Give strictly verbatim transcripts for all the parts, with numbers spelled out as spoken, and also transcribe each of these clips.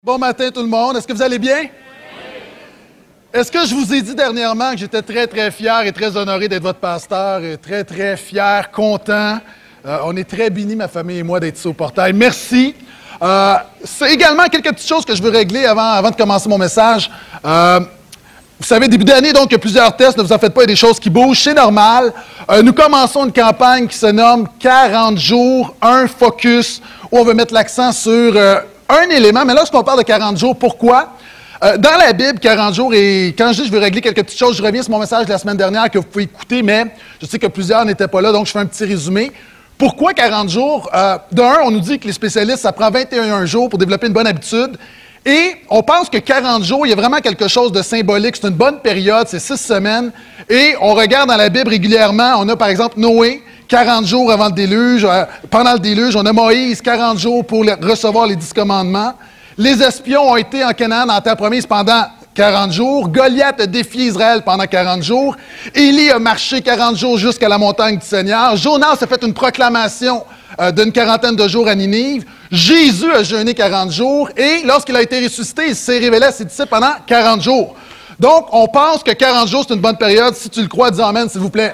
Bon matin tout le monde, est-ce que vous allez bien? Oui. Est-ce que je vous ai dit dernièrement que j'étais très très fier et très honoré d'être votre pasteur, et très très fier, content. Euh, on est très bénis, ma famille et moi, d'être ici au portail. Merci. Euh, c'est également quelques petites choses que je veux régler avant, avant de commencer mon message. Euh, Vous savez, début d'année, donc, il y a plusieurs tests. Ne vous en faites pas, il y a des choses qui bougent, c'est normal. Euh, nous commençons une campagne qui se nomme quarante jours, un focus, où on veut mettre l'accent sur euh, un élément. Mais lorsqu'on parle de quarante jours, pourquoi? Euh, dans la Bible, quarante jours, et quand je dis je veux régler quelques petites choses, je reviens sur mon message de la semaine dernière que vous pouvez écouter, mais je sais que plusieurs n'étaient pas là, donc je fais un petit résumé. Pourquoi quarante jours? Euh, D'un, on nous dit que les spécialistes, ça prend vingt et un jours pour développer une bonne habitude. Et on pense que quarante jours, il y a vraiment quelque chose de symbolique. C'est une bonne période, c'est six semaines. Et on regarde dans la Bible régulièrement, on a par exemple Noé, quarante jours avant le déluge. Euh, pendant le déluge, on a Moïse, quarante jours pour le, recevoir les dix commandements. Les espions ont été en Canaan, en terre promise, pendant quarante jours. Goliath a défié Israël pendant quarante jours. Élie a marché quarante jours jusqu'à la montagne du Seigneur. Jonas a fait une proclamation euh, d'une quarantaine de jours à Ninive. Jésus a jeûné quarante jours. Et lorsqu'il a été ressuscité, il s'est révélé à ses disciples pendant quarante jours. Donc, on pense que quarante jours, c'est une bonne période. Si tu le crois, dis amen, s'il vous plaît.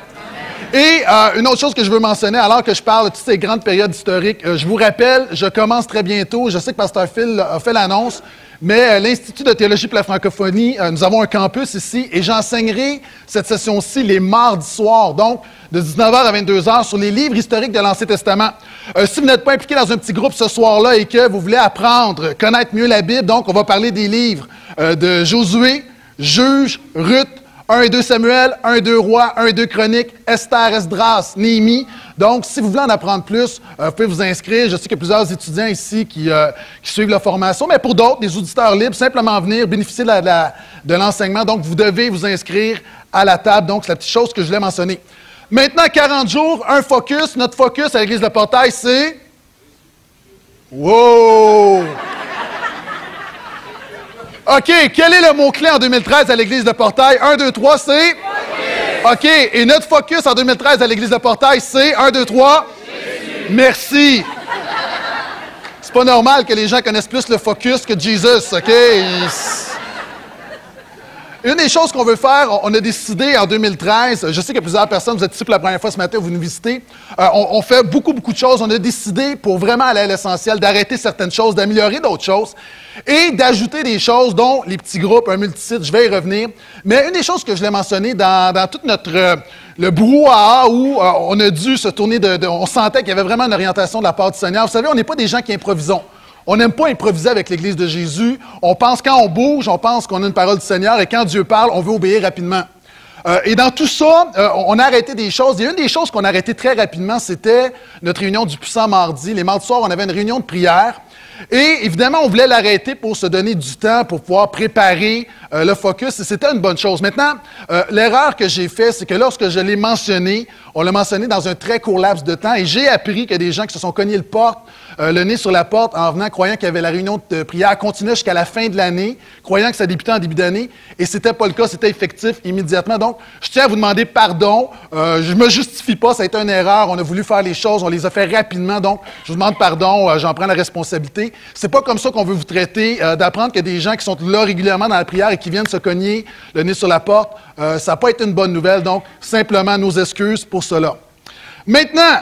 Et euh, une autre chose que je veux mentionner, alors que je parle de toutes ces grandes périodes historiques, euh, je vous rappelle, je commence très bientôt, je sais que Pasteur Phil a fait l'annonce, mais euh, l'Institut de théologie pour la francophonie, euh, nous avons un campus ici, et j'enseignerai cette session-ci les mardis soirs, donc de dix-neuf heures à vingt-deux heures, sur les livres historiques de l'Ancien Testament. Euh, si vous n'êtes pas impliqué dans un petit groupe ce soir-là et que vous voulez apprendre, connaître mieux la Bible, donc on va parler des livres euh, de Josué, Juges, Ruth, un et deux Samuel, un et deux Rois, un et deux Chroniques, Esther, Esdras, Néhémie. Donc, si vous voulez en apprendre plus, euh, vous pouvez vous inscrire. Je sais qu'il y a plusieurs étudiants ici qui, euh, qui suivent la formation, mais pour d'autres, des auditeurs libres, simplement venir bénéficier de, la, de, la, de l'enseignement. Donc, vous devez vous inscrire à la table. Donc, c'est la petite chose que je voulais mentionner. Maintenant, quarante jours, un focus. Notre focus à l'Église de Portail, c'est... Wow! OK, quel est le mot-clé en deux mille treize à l'Église de Portail? un, deux, trois, c'est? Focus. OK, et notre focus en deux mille treize à l'Église de Portail, c'est? un, deux, trois? Jésus. Merci. C'est pas normal que les gens connaissent plus le focus que Jesus, OK? Une des choses qu'on veut faire, on a décidé en deux mille treize, je sais que plusieurs personnes, vous êtes ici pour la première fois ce matin, vous nous visitez, euh, on, on fait beaucoup, beaucoup de choses. On a décidé, pour vraiment aller à l'essentiel, d'arrêter certaines choses, d'améliorer d'autres choses et d'ajouter des choses, dont les petits groupes, un multisite, je vais y revenir. Mais une des choses que je voulais mentionner dans, dans tout notre... Euh, le brouhaha où euh, on a dû se tourner de, de... On sentait qu'il y avait vraiment une orientation de la part du Seigneur. Vous savez, on n'est pas des gens qui improvisons. On n'aime pas improviser avec l'Église de Jésus. On pense, quand on bouge, on pense qu'on a une parole du Seigneur, et quand Dieu parle, on veut obéir rapidement. Euh, et dans tout ça, euh, on a arrêté des choses. Et une des choses qu'on a arrêtées très rapidement, c'était notre réunion du puissant mardi. Les mardis soirs, on avait une réunion de prière. Et évidemment, on voulait l'arrêter pour se donner du temps, pour pouvoir préparer euh, le focus, et c'était une bonne chose. Maintenant, euh, l'erreur que j'ai faite, c'est que lorsque je l'ai mentionné, on l'a mentionné dans un très court laps de temps, et j'ai appris qu'il y a des gens qui se sont cognés le, porte, euh, le nez sur la porte en venant, croyant qu'il y avait la réunion de prière continuait jusqu'à la fin de l'année, croyant que ça débutait en début d'année, et c'était pas le cas, c'était effectif immédiatement. Donc, je tiens à vous demander pardon. Euh, je me justifie pas, ça a été une erreur, on a voulu faire les choses, on les a fait rapidement, donc je vous demande pardon, euh, j'en prends la responsabilité. C'est pas comme ça qu'on veut vous traiter, euh, d'apprendre qu'il y a des gens qui sont là régulièrement dans la prière et qui viennent se cogner le nez sur la porte. Euh, ça n'a pas été une bonne nouvelle, donc simplement nos excuses pour cela. Maintenant,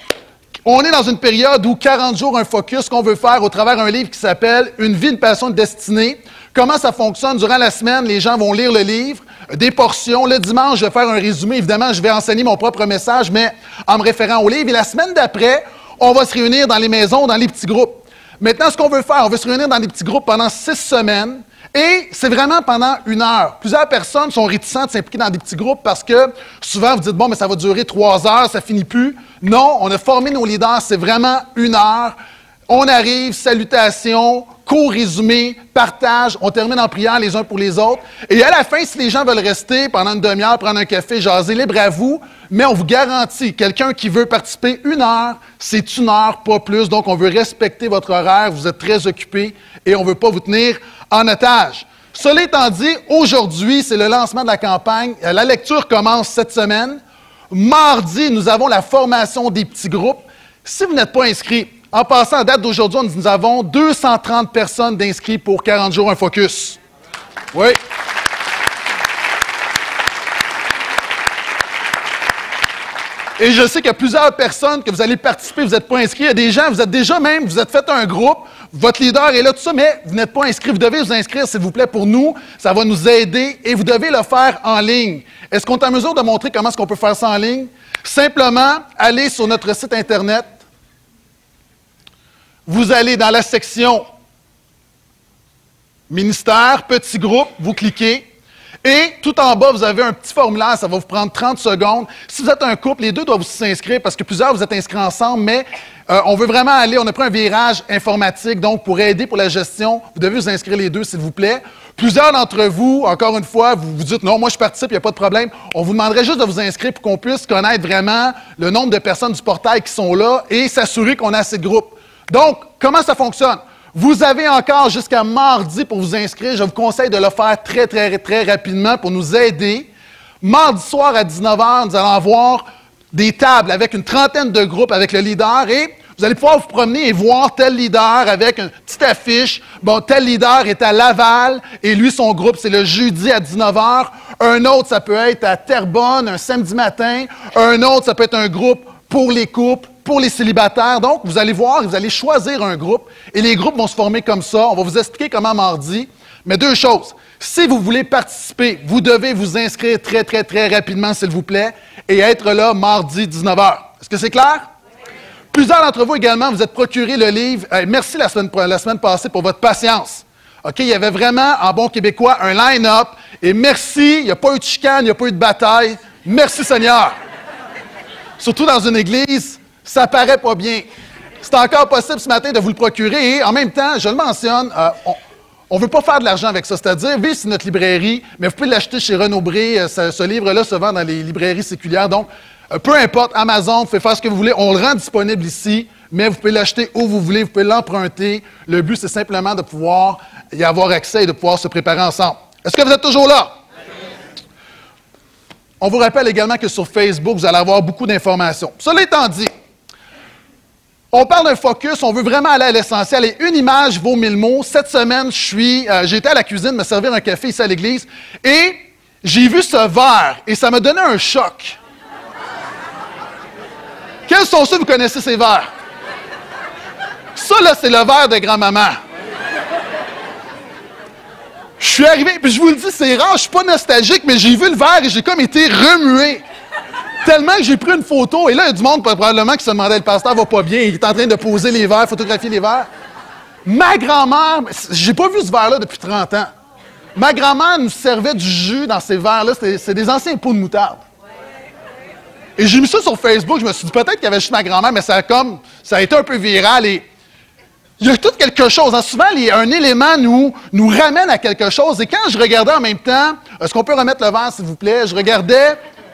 on est dans une période où quarante jours, un focus qu'on veut faire au travers d'un livre qui s'appelle « Une vie, une passion, une destinée ». Comment ça fonctionne? Durant la semaine, les gens vont lire le livre, des portions. Le dimanche, je vais faire un résumé. Évidemment, je vais enseigner mon propre message, mais en me référant au livre. Et la semaine d'après, on va se réunir dans les maisons, dans les petits groupes. Maintenant, ce qu'on veut faire, on veut se réunir dans des petits groupes pendant six semaines et c'est vraiment pendant une heure. Plusieurs personnes sont réticentes de s'impliquer dans des petits groupes parce que souvent, vous dites, bon, mais ça va durer trois heures, ça finit plus. Non, on a formé nos leaders, c'est vraiment une heure. On arrive, salutations, court résumé, partage, on termine en prière les uns pour les autres. Et à la fin, si les gens veulent rester pendant une demi-heure, prendre un café, jaser, libre à vous, mais on vous garantit, quelqu'un qui veut participer une heure, c'est une heure, pas plus. Donc, on veut respecter votre horaire, vous êtes très occupés et on ne veut pas vous tenir en otage. Cela étant dit, aujourd'hui, c'est le lancement de la campagne. La lecture commence cette semaine. Mardi, nous avons la formation des petits groupes. Si vous n'êtes pas inscrit, En passant, à date d'aujourd'hui, nous avons deux cent trente personnes d'inscrits pour quarante jours un focus. Oui. Et je sais qu'il y a plusieurs personnes que vous allez participer, vous n'êtes pas inscrits. Il y a des gens, vous êtes déjà même, vous êtes fait un groupe, votre leader est là, tout ça, mais vous n'êtes pas inscrits. Vous devez vous inscrire, s'il vous plaît, pour nous. Ça va nous aider et vous devez le faire en ligne. Est-ce qu'on est en mesure de montrer comment est-ce qu'on peut faire ça en ligne? Simplement, allez sur notre site Internet. Vous allez dans la section Ministère, Petit groupe, vous cliquez. Et tout en bas, vous avez un petit formulaire, ça va vous prendre trente secondes. Si vous êtes un couple, les deux doivent s'inscrire parce que plusieurs, vous êtes inscrits ensemble, mais euh, on veut vraiment aller, on a pris un virage informatique, donc pour aider pour la gestion, vous devez vous inscrire les deux, s'il vous plaît. Plusieurs d'entre vous, encore une fois, vous vous dites « Non, moi je participe, il n'y a pas de problème ». On vous demanderait juste de vous inscrire pour qu'on puisse connaître vraiment le nombre de personnes du portail qui sont là et s'assurer qu'on a assez de groupes. Donc, comment ça fonctionne? Vous avez encore jusqu'à mardi pour vous inscrire. Je vous conseille de le faire très, très, très rapidement pour nous aider. Mardi soir à dix-neuf heures, nous allons avoir des tables avec une trentaine de groupes avec le leader et vous allez pouvoir vous promener et voir tel leader avec une petite affiche. Bon, tel leader est à Laval et lui, son groupe, c'est le jeudi à dix-neuf heures. Un autre, ça peut être à Terrebonne, un samedi matin. Un autre, ça peut être un groupe pour les couples, pour les célibataires. Donc, vous allez voir, vous allez choisir un groupe et les groupes vont se former comme ça. On va vous expliquer comment mardi. Mais deux choses. Si vous voulez participer, vous devez vous inscrire très, très, très rapidement, s'il vous plaît, et être là mardi dix-neuf heures. Est-ce que c'est clair? Oui. Plusieurs d'entre vous également, vous êtes procuré le livre. Euh, merci la semaine, la semaine passée pour votre patience. OK, il y avait vraiment, en bon québécois, un line-up. Et merci, il n'y a pas eu de chicane, il n'y a pas eu de bataille. Merci Seigneur. Surtout dans une église, ça paraît pas bien. C'est encore possible ce matin de vous le procurer et en même temps, je le mentionne, euh, on ne veut pas faire de l'argent avec ça. C'est-à-dire, oui, c'est notre librairie, mais vous pouvez l'acheter chez Renaud-Bré. Euh, ce, ce livre-là se vend dans les librairies séculières. Donc, euh, peu importe, Amazon, vous pouvez faire ce que vous voulez. On le rend disponible ici, mais vous pouvez l'acheter où vous voulez, vous pouvez l'emprunter. Le but, c'est simplement de pouvoir y avoir accès et de pouvoir se préparer ensemble. Est-ce que vous êtes toujours là? On vous rappelle également que sur Facebook, vous allez avoir beaucoup d'informations. Cela étant dit, on parle d'un focus, on veut vraiment aller à l'essentiel et une image vaut mille mots. Cette semaine, je suis, euh, j'ai été à la cuisine me servir un café ici à l'église et j'ai vu ce verre et ça m'a donné un choc. Quels sont ceux que vous connaissez ces verres? Ça, là, c'est le verre de grand-maman. Je suis arrivé, puis je vous le dis, c'est rare, je suis pas nostalgique, mais j'ai vu le verre et j'ai comme été remué. Tellement que j'ai pris une photo, et là, il y a du monde probablement qui se demandait, le pasteur va pas bien, il est en train de poser les verres, photographier les verres. Ma grand-mère, j'ai pas vu ce verre-là depuis trente ans. Ma grand-mère nous servait du jus dans ces verres-là, c'est des anciens pots de moutarde. Et j'ai mis ça sur Facebook, je me suis dit, peut-être qu'il y avait juste ma grand-mère, mais ça a comme, ça a été un peu viral, et il y a tout quelque chose. Hein. Souvent, les, un élément nous, nous ramène à quelque chose. Et quand je regardais en même temps, est-ce qu'on peut remettre le verre, s'il vous plaît? Je regardais,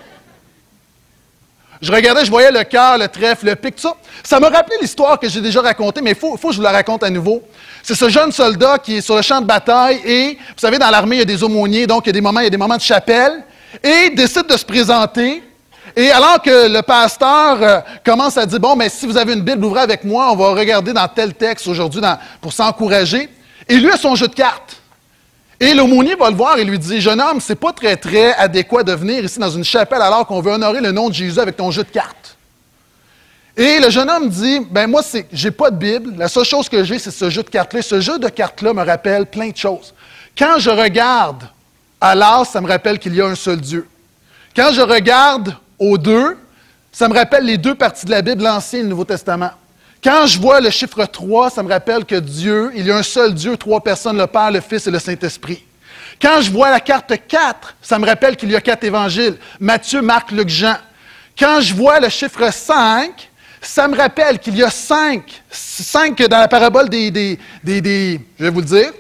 je regardais, je voyais le cœur, le trèfle, le pic, tout ça. Ça m'a rappelé l'histoire que j'ai déjà racontée, mais il faut, faut que je vous la raconte à nouveau. C'est ce jeune soldat qui est sur le champ de bataille et, vous savez, dans l'armée, il y a des aumôniers, donc il y a des moments, il y a des moments de chapelle, et il décide de se présenter. Et alors que le pasteur euh, commence à dire, bon, mais si vous avez une Bible, ouvrez avec moi, on va regarder dans tel texte aujourd'hui pour s'encourager. Et lui a son jeu de cartes. Et l'aumônier va le voir et lui dit, jeune homme, c'est pas très, très adéquat de venir ici dans une chapelle alors qu'on veut honorer le nom de Jésus avec ton jeu de cartes. Et le jeune homme dit, ben moi, j'ai pas de Bible, la seule chose que j'ai, c'est ce jeu de cartes-là. Ce jeu de cartes-là me rappelle plein de choses. Quand je regarde à l'as, ça me rappelle qu'il y a un seul Dieu. Quand je regarde aux deux, ça me rappelle les deux parties de la Bible, l'Ancien et le Nouveau Testament. Quand je vois le chiffre trois, ça me rappelle que Dieu, il y a un seul Dieu, trois personnes, le Père, le Fils et le Saint-Esprit. Quand je vois la carte quatre, ça me rappelle qu'il y a quatre évangiles, Matthieu, Marc, Luc, Jean. Quand je vois le chiffre cinq, ça me rappelle qu'il y a cinq, cinq dans la parabole des, des, des, des je vais vous le dire.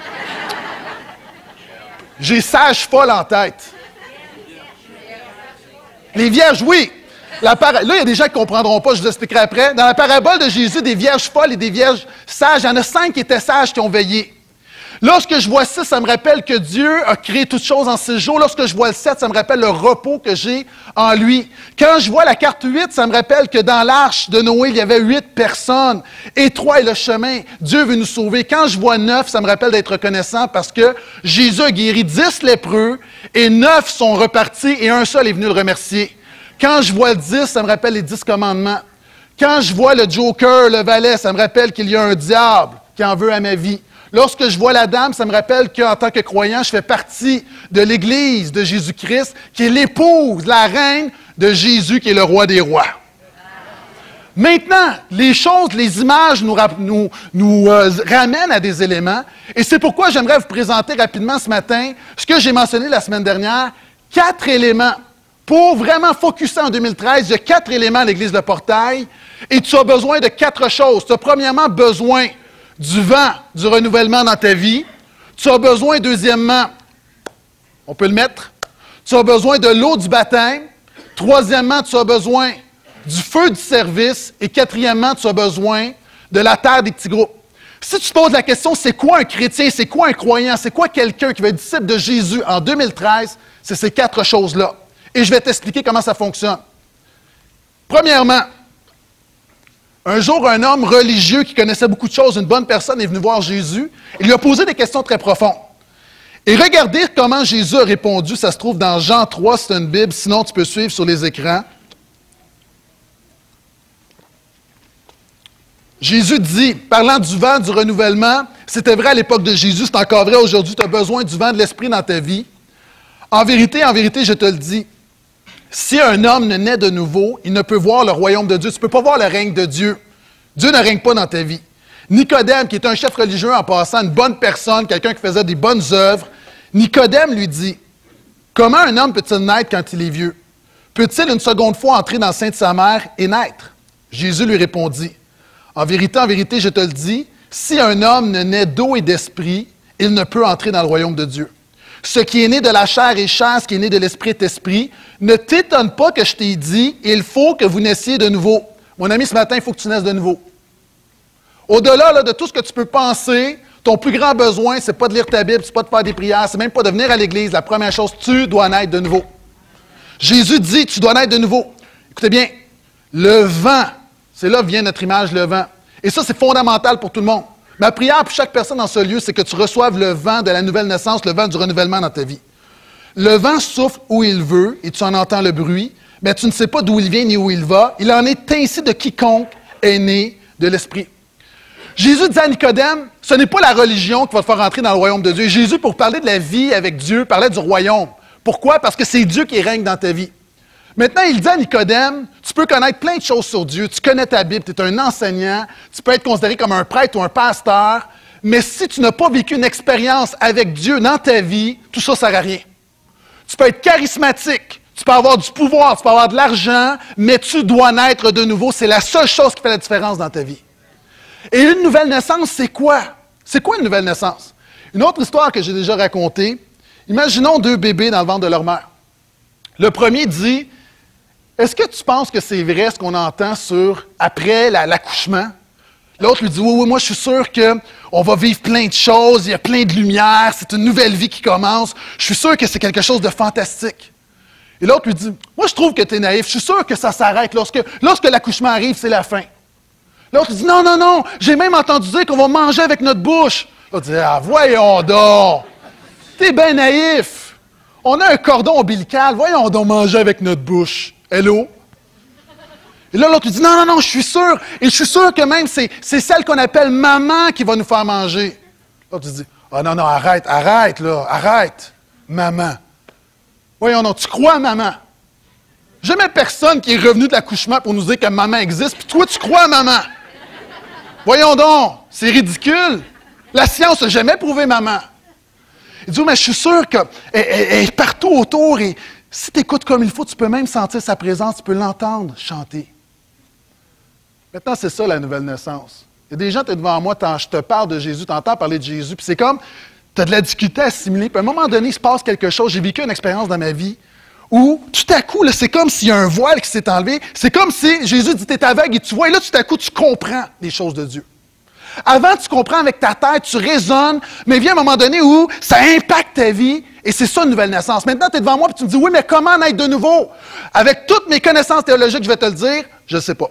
J'ai sage folle en tête. Les vierges, oui. La para... Là, il y a des gens qui ne comprendront pas, je vous expliquerai après. Dans la parabole de Jésus, des vierges folles et des vierges sages, il y en a cinq qui étaient sages qui ont veillé. Lorsque je vois six, ça me rappelle que Dieu a créé toutes choses en six jours. Lorsque je vois le sept, ça me rappelle le repos que j'ai en lui. Quand je vois la carte huit, ça me rappelle que dans l'arche de Noé, il y avait huit personnes. Étroit est le chemin. Dieu veut nous sauver. Quand je vois neuf, ça me rappelle d'être reconnaissant parce que Jésus a guéri dix lépreux et neuf sont repartis et un seul est venu le remercier. Quand je vois le dix, ça me rappelle les dix commandements. Quand je vois le joker, le valet, ça me rappelle qu'il y a un diable qui en veut à ma vie. Lorsque je vois la dame, ça me rappelle qu'en tant que croyant, je fais partie de l'Église de Jésus-Christ, qui est l'épouse, la reine de Jésus, qui est le roi des rois. Maintenant, les choses, les images nous, nous, nous euh, ramènent à des éléments, et c'est pourquoi j'aimerais vous présenter rapidement ce matin ce que j'ai mentionné la semaine dernière, quatre éléments. Pour vraiment focusser en deux mille treize, il y a quatre éléments à l'Église de Portail, et tu as besoin de quatre choses. Tu as premièrement besoin du vent, du renouvellement dans ta vie. Tu as besoin, deuxièmement, on peut le mettre, tu as besoin de l'eau du baptême. Troisièmement, tu as besoin du feu du service. Et quatrièmement, tu as besoin de la terre des petits groupes. Si tu te poses la question, c'est quoi un chrétien, c'est quoi un croyant, c'est quoi quelqu'un qui va être disciple de Jésus en deux mille treize, c'est ces quatre choses-là. Et je vais t'expliquer comment ça fonctionne. Premièrement, un jour, un homme religieux qui connaissait beaucoup de choses, une bonne personne, est venu voir Jésus et lui a posé des questions très profondes. Et regardez comment Jésus a répondu. Ça se trouve dans Jean trois, c'est une Bible, sinon tu peux suivre sur les écrans. Jésus dit, parlant du vent, du renouvellement, c'était vrai à l'époque de Jésus, c'est encore vrai aujourd'hui, tu as besoin du vent de l'Esprit dans ta vie. En vérité, en vérité, je te le dis, si un homme ne naît de nouveau, il ne peut voir le royaume de Dieu. Tu ne peux pas voir le règne de Dieu. Dieu ne règne pas dans ta vie. Nicodème, qui est un chef religieux en passant, une bonne personne, quelqu'un qui faisait des bonnes œuvres, Nicodème lui dit, « Comment un homme peut-il naître quand il est vieux? Peut-il une seconde fois entrer dans le sein de sa mère et naître? » Jésus lui répondit, « En vérité, en vérité, je te le dis, si un homme ne naît d'eau et d'esprit, il ne peut entrer dans le royaume de Dieu. Ce qui est né de la chair est chair, ce qui est né de l'esprit est esprit. Ne t'étonne pas que je t'ai dit, il faut que vous naissiez de nouveau. » Mon ami, ce matin, il faut que tu naisses de nouveau. Au-delà là, de tout ce que tu peux penser, ton plus grand besoin, ce n'est pas de lire ta Bible, ce n'est pas de faire des prières, c'est même pas de venir à l'Église. La première chose, tu dois naître de nouveau. Jésus dit, tu dois naître de nouveau. Écoutez bien, le vent, c'est là que vient notre image, le vent. Et ça, c'est fondamental pour tout le monde. Ma prière pour chaque personne dans ce lieu, c'est que tu reçoives le vent de la nouvelle naissance, le vent du renouvellement dans ta vie. Le vent souffle où il veut et tu en entends le bruit, mais tu ne sais pas d'où il vient ni où il va. Il en est ainsi de quiconque est né de l'Esprit. Jésus dit à Nicodème, ce n'est pas la religion qui va te faire entrer dans le royaume de Dieu. Et Jésus, pour parler de la vie avec Dieu, parlait du royaume. Pourquoi? Parce que c'est Dieu qui règne dans ta vie. Maintenant, il dit à Nicodème, tu peux connaître plein de choses sur Dieu, tu connais ta Bible, tu es un enseignant, tu peux être considéré comme un prêtre ou un pasteur, mais si tu n'as pas vécu une expérience avec Dieu dans ta vie, tout ça ne sert à rien. Tu peux être charismatique, tu peux avoir du pouvoir, tu peux avoir de l'argent, mais tu dois naître de nouveau. C'est la seule chose qui fait la différence dans ta vie. Et une nouvelle naissance, c'est quoi? C'est quoi une nouvelle naissance? Une autre histoire que j'ai déjà racontée, imaginons deux bébés dans le ventre de leur mère. Le premier dit, est-ce que tu penses que c'est vrai ce qu'on entend sur après la, l'accouchement? L'autre lui dit, oui, oui, moi je suis sûr qu'on va vivre plein de choses, il y a plein de lumière, c'est une nouvelle vie qui commence, je suis sûr que c'est quelque chose de fantastique. Et l'autre lui dit, moi je trouve que tu es naïf, je suis sûr que ça s'arrête, lorsque, lorsque l'accouchement arrive, c'est la fin. L'autre lui dit, non, non, non, j'ai même entendu dire qu'on va manger avec notre bouche. L'autre dit, ah voyons donc, t'es bien naïf, on a un cordon ombilical, voyons donc manger avec notre bouche. Hello? Et là, l'autre lui dit, non, non, non, je suis sûr. Et je suis sûr que même c'est, c'est celle qu'on appelle maman qui va nous faire manger. L'autre lui dit, ah non, non, arrête, arrête, là, arrête, maman. Voyons donc, tu crois à maman? Jamais personne qui est revenu de l'accouchement pour nous dire que maman existe, puis toi, tu crois à maman. Voyons donc, c'est ridicule. La science n'a jamais prouvé maman. Il dit, oh, mais je suis sûr qu'elle elle est partout autour et si tu écoutes comme il faut, tu peux même sentir sa présence, tu peux l'entendre chanter. Maintenant, c'est ça la nouvelle naissance. Il y a des gens, tu es devant moi, je te parle de Jésus, tu entends parler de Jésus, puis c'est comme, tu as de la difficulté à assimiler, puis à un moment donné, il se passe quelque chose. J'ai vécu une expérience dans ma vie où, tout à coup, là, c'est comme s'il y a un voile qui s'est enlevé, c'est comme si Jésus dit, tu es aveugle et tu vois, et là, tout à coup, tu comprends les choses de Dieu. Avant, tu comprends avec ta tête, tu raisonnes, mais vient un moment donné où ça impacte ta vie, et c'est ça une nouvelle naissance. Maintenant, tu es devant moi et tu me dis, oui, mais comment naître de nouveau? Avec toutes mes connaissances théologiques, je vais te le dire, je ne sais pas.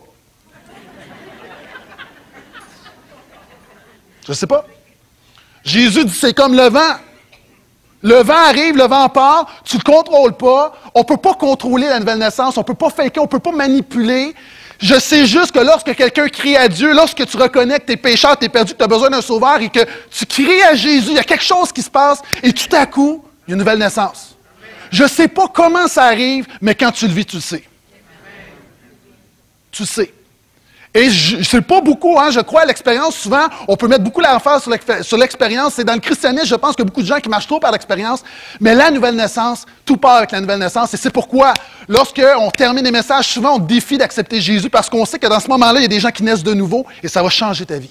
Je ne sais pas. Jésus dit, c'est comme le vent. Le vent arrive, le vent part, tu ne le contrôles pas. On ne peut pas contrôler la nouvelle naissance, on ne peut pas faker, on ne peut pas manipuler. Je sais juste que lorsque quelqu'un crie à Dieu, lorsque tu reconnais que tu es pécheur, tu es perdu, que tu as besoin d'un sauveur et que tu cries à Jésus, il y a quelque chose qui se passe et tout à coup, il y a une nouvelle naissance. Je ne sais pas comment ça arrive, mais quand tu le vis, tu le sais. Tu le sais. Et je ne sais pas beaucoup, hein, je crois, à l'expérience, souvent, on peut mettre beaucoup l'emphase sur l'expérience. C'est dans le christianisme, je pense qu'il y a beaucoup de gens qui marchent trop par l'expérience. Mais la nouvelle naissance, tout part avec la nouvelle naissance. Et c'est pourquoi, lorsqu'on termine les messages, souvent, on défie d'accepter Jésus parce qu'on sait que dans ce moment-là, il y a des gens qui naissent de nouveau et ça va changer ta vie.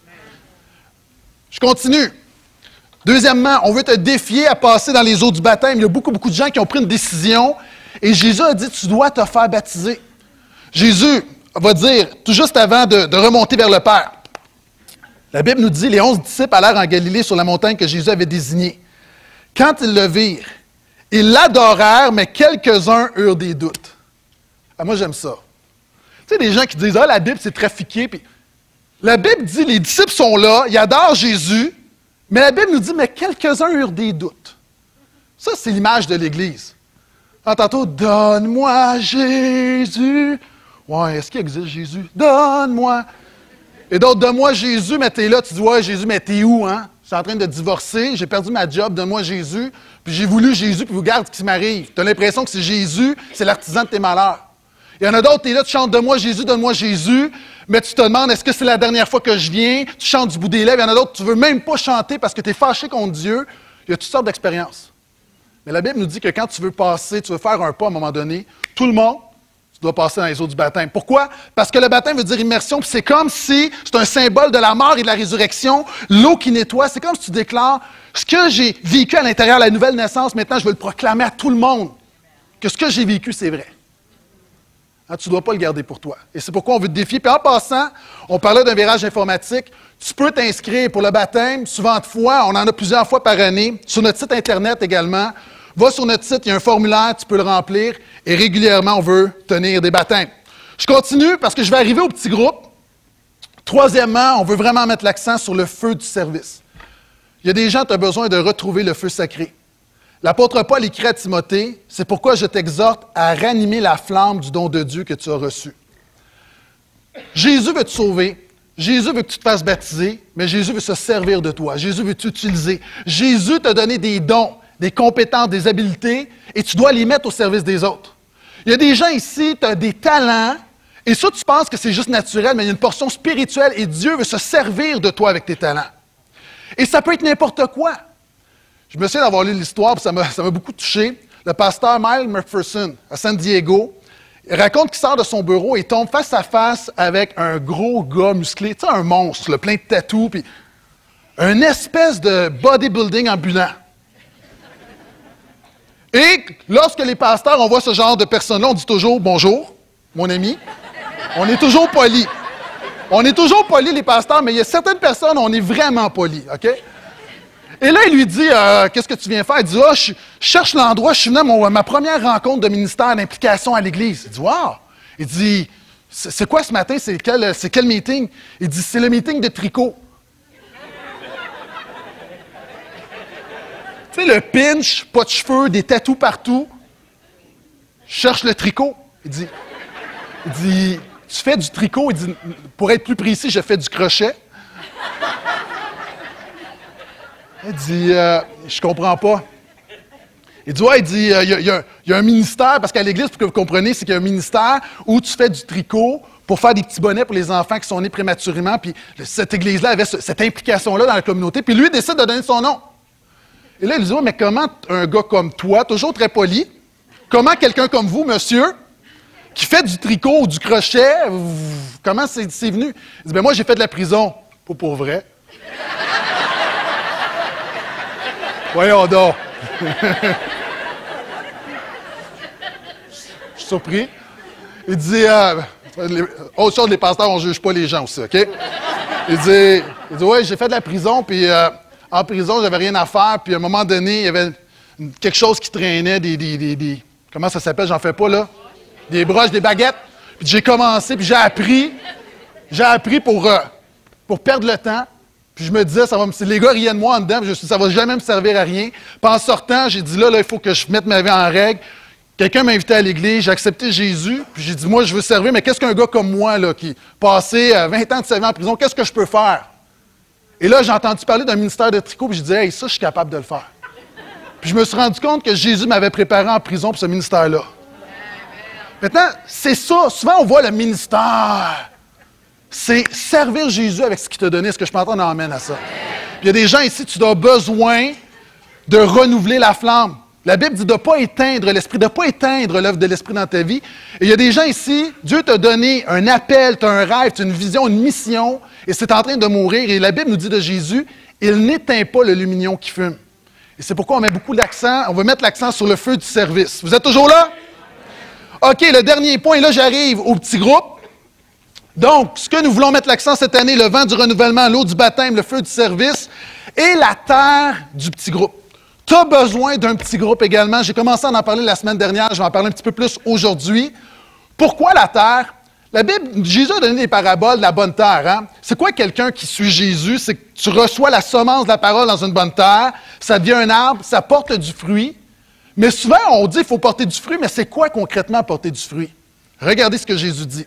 Je continue. Deuxièmement, on veut te défier à passer dans les eaux du baptême. Il y a beaucoup, beaucoup de gens qui ont pris une décision et Jésus a dit, tu dois te faire baptiser. Jésus va dire, tout juste avant de, de remonter vers le Père, la Bible nous dit, les onze disciples allèrent en Galilée sur la montagne que Jésus avait désignée. Quand ils le virent, ils l'adorèrent, mais quelques-uns eurent des doutes. Ah, moi, j'aime ça. Tu sais, des gens qui disent, ah, la Bible, c'est trafiqué. Puis la Bible dit, les disciples sont là, ils adorent Jésus, mais la Bible nous dit, mais quelques-uns eurent des doutes. Ça, c'est l'image de l'Église. Ah, tantôt, donne-moi Jésus. Ouais, est-ce qu'il existe Jésus? Donne-moi. Et d'autres, donne-moi Jésus, mais t'es là, tu dis, ouais, Jésus, mais t'es où, hein? Je suis en train de divorcer, j'ai perdu ma job, donne-moi Jésus. Puis j'ai voulu Jésus, puis regarde ce qui m'arrive. Tu as l'impression que c'est Jésus, c'est l'artisan de tes malheurs. Il y en a d'autres, t'es là, tu chantes, donne-moi Jésus, donne-moi Jésus, mais tu te demandes, est-ce que c'est la dernière fois que je viens? Tu chantes du bout des lèvres. Il y en a d'autres, tu ne veux même pas chanter parce que tu es fâché contre Dieu. Il y a toutes sortes d'expériences. Mais la Bible nous dit que quand tu veux passer, tu veux faire un pas à un moment donné, tout le monde, tu dois passer dans les eaux du baptême. Pourquoi? Parce que le baptême veut dire immersion, puis c'est comme si c'est un symbole de la mort et de la résurrection, l'eau qui nettoie. C'est comme si tu déclares, ce que j'ai vécu à l'intérieur, la nouvelle naissance, maintenant je veux le proclamer à tout le monde, que ce que j'ai vécu, c'est vrai. Hein, tu ne dois pas le garder pour toi. Et c'est pourquoi on veut te défier. Puis en passant, on parlait d'un virage informatique. Tu peux t'inscrire pour le baptême, souvent de fois, on en a plusieurs fois par année, sur notre site Internet également. Va sur notre site, il y a un formulaire, tu peux le remplir, et régulièrement, on veut tenir des baptêmes. Je continue parce que je vais arriver au petit groupe. Troisièmement, on veut vraiment mettre l'accent sur le feu du service. Il y a des gens qui ont besoin de retrouver le feu sacré. L'apôtre Paul écrit à Timothée, c'est pourquoi je t'exhorte à ranimer la flamme du don de Dieu que tu as reçu. Jésus veut te sauver, Jésus veut que tu te fasses baptiser, mais Jésus veut se servir de toi, Jésus veut t'utiliser. Jésus t'a donné des dons, des compétences, des habiletés, et tu dois les mettre au service des autres. Il y a des gens ici, tu as des talents, et ça, tu penses que c'est juste naturel, mais il y a une portion spirituelle, et Dieu veut se servir de toi avec tes talents. Et ça peut être n'importe quoi. Je me souviens d'avoir lu l'histoire, puis ça m'a, ça m'a beaucoup touché. Le pasteur Miles McPherson, à San Diego, il raconte qu'il sort de son bureau et tombe face à face avec un gros gars musclé, tu sais, un monstre, là, plein de tatous, puis une espèce de bodybuilding ambulant. Et lorsque les pasteurs, on voit ce genre de personnes-là, on dit toujours « Bonjour, mon ami ». On est toujours poli. On est toujours poli, les pasteurs, mais il y a certaines personnes, on est vraiment poli, OK? Et là, il lui dit euh, « Qu'est-ce que tu viens faire? » Il dit « Ah, oh, je cherche l'endroit, je suis venu à mon, ma première rencontre de ministère d'implication à l'Église. » Il dit « Wow! » Il dit « C'est quoi ce matin? C'est quel, c'est quel meeting? » Il dit « C'est le meeting de tricot. » Tu sais, le pinch, pas de cheveux, des tatous partout. Je cherche le tricot. Il dit, il dit, tu fais du tricot? Il dit, pour être plus précis, je fais du crochet. Il dit, euh, je comprends pas. Il dit, ouais, il dit, il euh, y, y, y a un ministère, parce qu'à l'Église, pour que vous compreniez, c'est qu'il y a un ministère où tu fais du tricot pour faire des petits bonnets pour les enfants qui sont nés prématurément. Puis cette Église-là avait ce, cette implication-là dans la communauté. Puis lui, il décide de donner son nom. Et là, il dit, oh, mais comment un gars comme toi, toujours très poli, comment quelqu'un comme vous, monsieur, qui fait du tricot ou du crochet, comment c'est, c'est venu? Il dit, ben moi, j'ai fait de la prison. Pas pour vrai. Voyons donc. Je suis surpris. Il dit, euh, les, autre chose, les pasteurs, on ne juge pas les gens aussi, OK? Il dit, il dit ouais, j'ai fait de la prison, puis euh, en prison, j'avais rien à faire, puis à un moment donné, il y avait une- quelque chose qui traînait, des, des, des, des- comment ça s'appelle, j'en fais pas, là? Des broches, des baguettes. Puis j'ai commencé, puis j'ai appris, j'ai appris pour, euh, pour perdre le temps. Puis je me disais, ça va me, les gars riaient de moi en dedans, puis je me suis dit, ça va jamais me servir à rien. Puis en sortant, j'ai dit, là, là, il faut que je mette ma vie en règle. Quelqu'un m'a invité à l'église, j'ai accepté Jésus, puis j'ai dit, moi, je veux servir, mais qu'est-ce qu'un gars comme moi, là, qui passé euh, vingt ans de sa vie en prison, qu'est-ce que je peux faire? Et là, j'ai entendu parler d'un ministère de tricot, puis je disais, hey, ça, je suis capable de le faire. Puis je me suis rendu compte que Jésus m'avait préparé en prison pour ce ministère-là. Maintenant, c'est ça. Souvent, on voit le ministère. C'est servir Jésus avec ce qu'il t'a donné. Est-ce que je m'entends en amène à ça? Puis il y a des gens ici, tu as besoin de renouveler la flamme. La Bible dit de ne pas éteindre l'esprit, de ne pas éteindre l'œuvre de l'esprit dans ta vie. Et il y a des gens ici, Dieu t'a donné un appel, tu as un rêve, tu as une vision, une mission, et c'est en train de mourir. Et la Bible nous dit de Jésus, il n'éteint pas le lumignon qui fume. Et c'est pourquoi on met beaucoup d'accent, on va mettre l'accent sur le feu du service. Vous êtes toujours là? OK, le dernier point, et là j'arrive au petit groupe. Donc, ce que nous voulons mettre l'accent cette année, le vent du renouvellement, l'eau du baptême, le feu du service et la terre du petit groupe. Tu as besoin d'un petit groupe également. J'ai commencé à en parler la semaine dernière, je vais en parler un petit peu plus aujourd'hui. Pourquoi la terre? La Bible, Jésus a donné des paraboles de la bonne terre. Hein? C'est quoi quelqu'un qui suit Jésus? C'est que tu reçois la semence de la parole dans une bonne terre, ça devient un arbre, ça porte du fruit. Mais souvent, on dit qu'il faut porter du fruit, mais c'est quoi concrètement porter du fruit? Regardez ce que Jésus dit.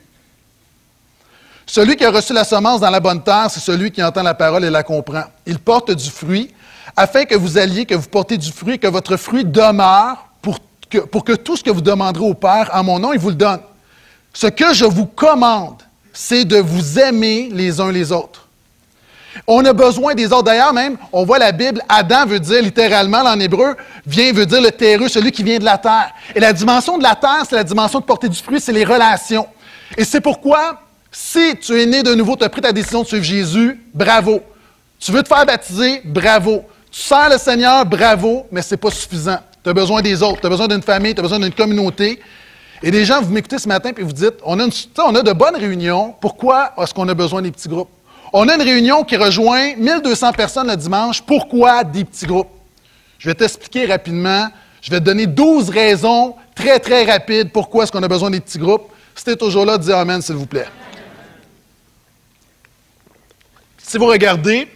Celui qui a reçu la semence dans la bonne terre, c'est celui qui entend la parole et la comprend. Il porte du fruit, afin que vous alliez, que vous portez du fruit et que votre fruit demeure pour que, pour que tout ce que vous demanderez au Père en mon nom, il vous le donne. Ce que je vous commande, c'est de vous aimer les uns les autres. On a besoin des autres. D'ailleurs, même, on voit la Bible, Adam veut dire littéralement, en hébreu, vient veut dire le terreux, celui qui vient de la terre. Et la dimension de la terre, c'est la dimension de porter du fruit, c'est les relations. Et c'est pourquoi, si tu es né de nouveau, tu as pris ta décision de suivre Jésus, bravo. Tu veux te faire baptiser, bravo. Tu sers le Seigneur, bravo, mais ce n'est pas suffisant. Tu as besoin des autres, tu as besoin d'une famille, tu as besoin d'une communauté. Et des gens, vous m'écoutez ce matin et vous dites, on a, une, on a de bonnes réunions, pourquoi est-ce qu'on a besoin des petits groupes? On a une réunion qui rejoint mille deux cents personnes le dimanche, pourquoi des petits groupes? Je vais t'expliquer rapidement, je vais te donner douze raisons très, très rapides pourquoi est-ce qu'on a besoin des petits groupes. Si tu es toujours là, dis amen, s'il vous plaît. Si vous regardez,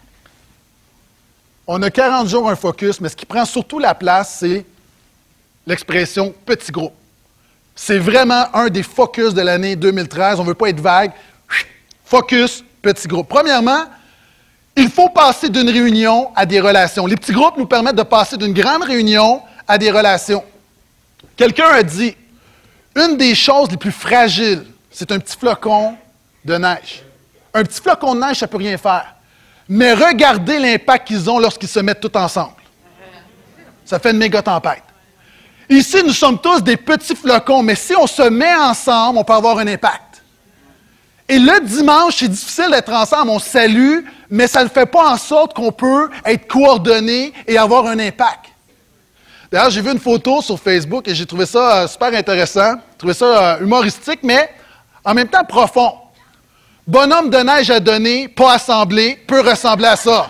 on a quarante jours un focus, mais ce qui prend surtout la place, c'est l'expression « petit groupe ». C'est vraiment un des focus de l'année deux mille treize. On ne veut pas être vague. Focus, petit groupe. Premièrement, il faut passer d'une réunion à des relations. Les petits groupes nous permettent de passer d'une grande réunion à des relations. Quelqu'un a dit, une des choses les plus fragiles, c'est un petit flocon de neige. Un petit flocon de neige, ça ne peut rien faire. Mais regardez l'impact qu'ils ont lorsqu'ils se mettent tous ensemble. Ça fait une méga tempête. Ici, nous sommes tous des petits flocons, mais si on se met ensemble, on peut avoir un impact. Et le dimanche, c'est difficile d'être ensemble, on se salue, mais ça ne fait pas en sorte qu'on peut être coordonnés et avoir un impact. D'ailleurs, j'ai vu une photo sur Facebook et j'ai trouvé ça euh, super intéressant, j'ai trouvé ça euh, humoristique, mais en même temps profond. Bonhomme de neige à donner, pas assemblé, peut ressembler à ça.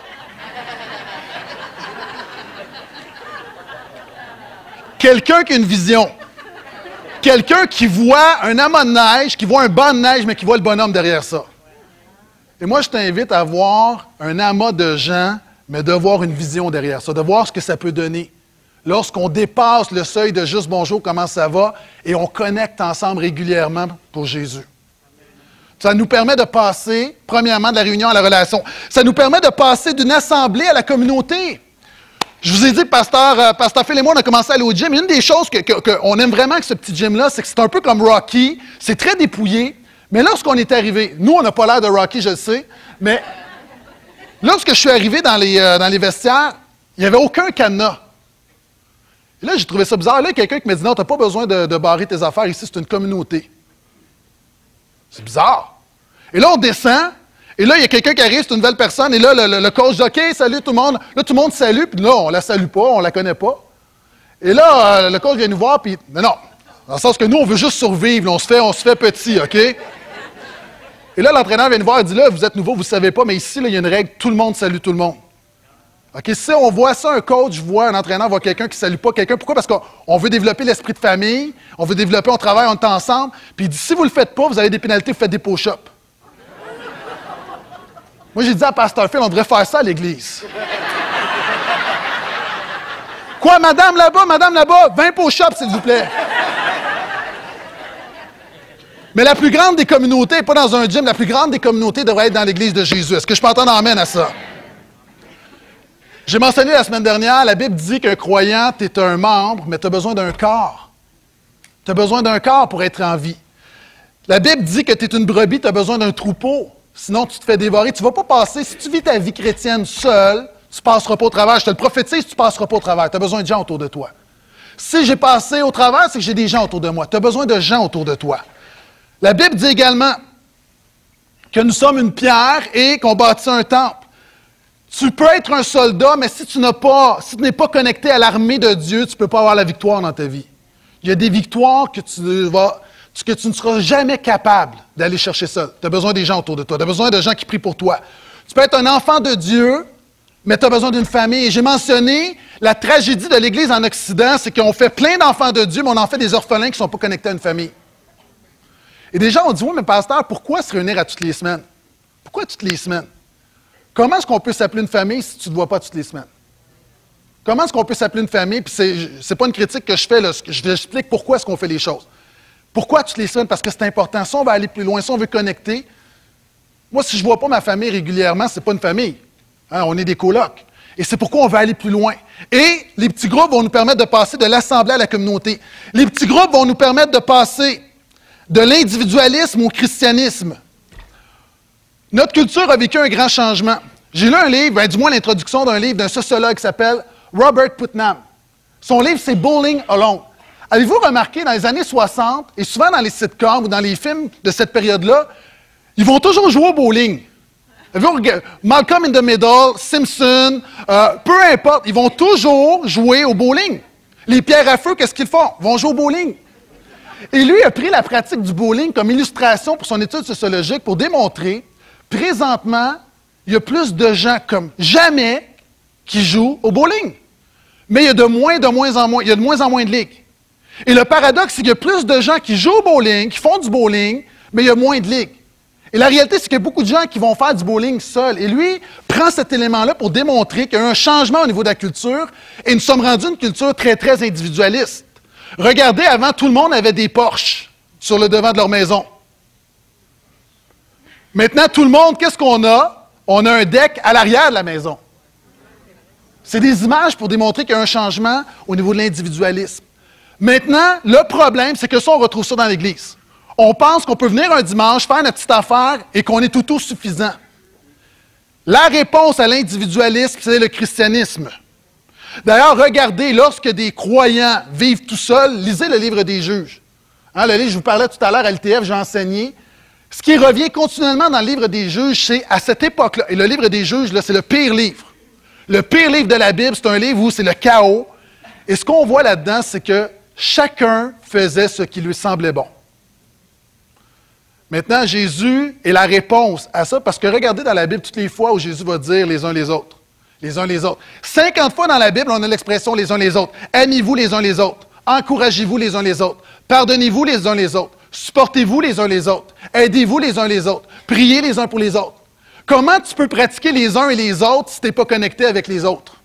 Quelqu'un qui a une vision. Quelqu'un qui voit un amas de neige, qui voit un banc de neige, mais qui voit le bonhomme derrière ça. Et moi, je t'invite à voir un amas de gens, mais de voir une vision derrière ça, de voir ce que ça peut donner. Lorsqu'on dépasse le seuil de juste bonjour, comment ça va, et on connecte ensemble régulièrement pour Jésus. Ça nous permet de passer, premièrement, de la réunion à la relation. Ça nous permet de passer d'une assemblée à la communauté. Je vous ai dit, pasteur, euh, pasteur Phil et moi, on a commencé à aller au gym. Une des choses qu'on que, que aime vraiment avec ce petit gym-là, c'est que c'est un peu comme Rocky. C'est très dépouillé. Mais lorsqu'on est arrivé, nous, on n'a pas l'air de Rocky, je le sais, mais lorsque je suis arrivé dans les, euh, dans les vestiaires, il n'y avait aucun cadenas. Et là, j'ai trouvé ça bizarre. Là, il y a quelqu'un qui m'a dit, non, tu n'as pas besoin de, de barrer tes affaires ici, c'est une communauté. C'est bizarre. Et là, on descend. Et là, il y a quelqu'un qui arrive, c'est une nouvelle personne, et là, le, le, le coach dit « OK, salut tout le monde ». Là, tout le monde salue, puis là, on la salue pas, on la connaît pas. Et là, euh, le coach vient nous voir, puis « Non, non, dans le sens que nous, on veut juste survivre, là, on se fait, on se fait petit, OK ». Et là, l'entraîneur vient nous voir et dit, là, vous êtes nouveau, vous ne savez pas, mais ici, là, il y a une règle, tout le monde salue tout le monde. OK, si on voit ça, un coach voit, un entraîneur voit quelqu'un qui ne salue pas quelqu'un. Pourquoi? Parce qu'on veut développer l'esprit de famille, on veut développer, on travaille, on est ensemble. Puis il dit, si vous ne le faites pas, vous avez des pénalités, vous faites des push-ups. Moi, j'ai dit à Pasteur Phil, on devrait faire ça à l'Église. Quoi, madame là-bas, madame là-bas, vingt push-ups, s'il vous plaît. Mais la plus grande des communautés, pas dans un gym, la plus grande des communautés devrait être dans l'Église de Jésus. Est-ce que je peux entendre amène à ça? J'ai mentionné la semaine dernière, la Bible dit qu'un croyant, tu es un membre, mais tu as besoin d'un corps. Tu as besoin d'un corps pour être en vie. La Bible dit que tu es une brebis, tu as besoin d'un troupeau. Sinon, tu te fais dévorer. Tu ne vas pas passer, si tu vis ta vie chrétienne seule, tu ne passeras pas au travers. Je te le prophétise, tu ne passeras pas au travers. Tu as besoin de gens autour de toi. Si j'ai passé au travers, c'est que j'ai des gens autour de moi. Tu as besoin de gens autour de toi. La Bible dit également que nous sommes une pierre et qu'on bâtit un temple. Tu peux être un soldat, mais si tu n'as pas, si tu n'es pas connecté à l'armée de Dieu, tu ne peux pas avoir la victoire dans ta vie. Il y a des victoires que tu, vas, que tu ne seras jamais capable d'aller chercher seul. Tu as besoin des gens autour de toi. Tu as besoin de gens qui prient pour toi. Tu peux être un enfant de Dieu, mais tu as besoin d'une famille. Et j'ai mentionné la tragédie de l'Église en Occident, c'est qu'on fait plein d'enfants de Dieu, mais on en fait des orphelins qui ne sont pas connectés à une famille. Et des gens ont dit, oui, mais pasteur, pourquoi se réunir à toutes les semaines? Pourquoi toutes les semaines? Comment est-ce qu'on peut s'appeler une famille si tu ne te vois pas toutes les semaines? Comment est-ce qu'on peut s'appeler une famille? Puis c'est, c'est pas une critique que je fais, là. Je t'explique pourquoi est-ce qu'on fait les choses. Pourquoi toutes les semaines? Parce que c'est important. Si on veut aller plus loin, si on veut connecter, moi, si je ne vois pas ma famille régulièrement, ce n'est pas une famille. Hein, on est des colocs. Et c'est pourquoi on veut aller plus loin. Et les petits groupes vont nous permettre de passer de l'assemblée à la communauté. Les petits groupes vont nous permettre de passer de l'individualisme au christianisme. Notre culture a vécu un grand changement. J'ai lu un livre, ben, du moins l'introduction d'un livre d'un sociologue qui s'appelle Robert Putnam. Son livre, c'est Bowling Alone. Avez-vous remarqué, dans les années soixante, et souvent dans les sitcoms ou dans les films de cette période-là, ils vont toujours jouer au bowling. Avez-vous Malcolm in the Middle, Simpson, euh, peu importe, ils vont toujours jouer au bowling. Les pierres à feu, qu'est-ce qu'ils font? Ils vont jouer au bowling. Et lui a pris la pratique du bowling comme illustration pour son étude sociologique pour démontrer présentement, il y a plus de gens comme jamais qui jouent au bowling. Mais il y a de moins, de moins en moins, il y a de moins en moins de ligues. Et le paradoxe, c'est qu'il y a plus de gens qui jouent au bowling, qui font du bowling, mais il y a moins de ligues. Et la réalité, c'est qu'il y a beaucoup de gens qui vont faire du bowling seuls. Et lui prend cet élément-là pour démontrer qu'il y a eu un changement au niveau de la culture et nous sommes rendus une culture très, très individualiste. Regardez, avant, tout le monde avait des Porsche sur le devant de leur maison. Maintenant, tout le monde, qu'est-ce qu'on a? On a un deck à l'arrière de la maison. C'est des images pour démontrer qu'il y a un changement au niveau de l'individualisme. Maintenant, le problème, c'est que ça, on retrouve ça dans l'Église. On pense qu'on peut venir un dimanche, faire notre petite affaire et qu'on est tout suffisant. La réponse à l'individualisme, c'est le christianisme. D'ailleurs, regardez, lorsque des croyants vivent tout seuls, lisez le livre des Juges. Hein, le livre, je vous parlais tout à l'heure à l'I T F, j'ai enseigné. Ce qui revient continuellement dans le livre des Juges, c'est à cette époque-là, et le livre des Juges, là, c'est le pire livre. Le pire livre de la Bible, c'est un livre où c'est le chaos. Et ce qu'on voit là-dedans, c'est que chacun faisait ce qui lui semblait bon. Maintenant, Jésus est la réponse à ça, parce que regardez dans la Bible toutes les fois où Jésus va dire les uns les autres. Les uns les autres. cinquante fois dans la Bible, on a l'expression les uns les autres. Aimez-vous les uns les autres. Encouragez-vous les uns les autres. Pardonnez-vous les uns les autres. Supportez-vous les uns les autres. Aidez-vous les uns les autres. Priez les uns pour les autres. Comment tu peux pratiquer les uns et les autres si tu n'es pas connecté avec les autres?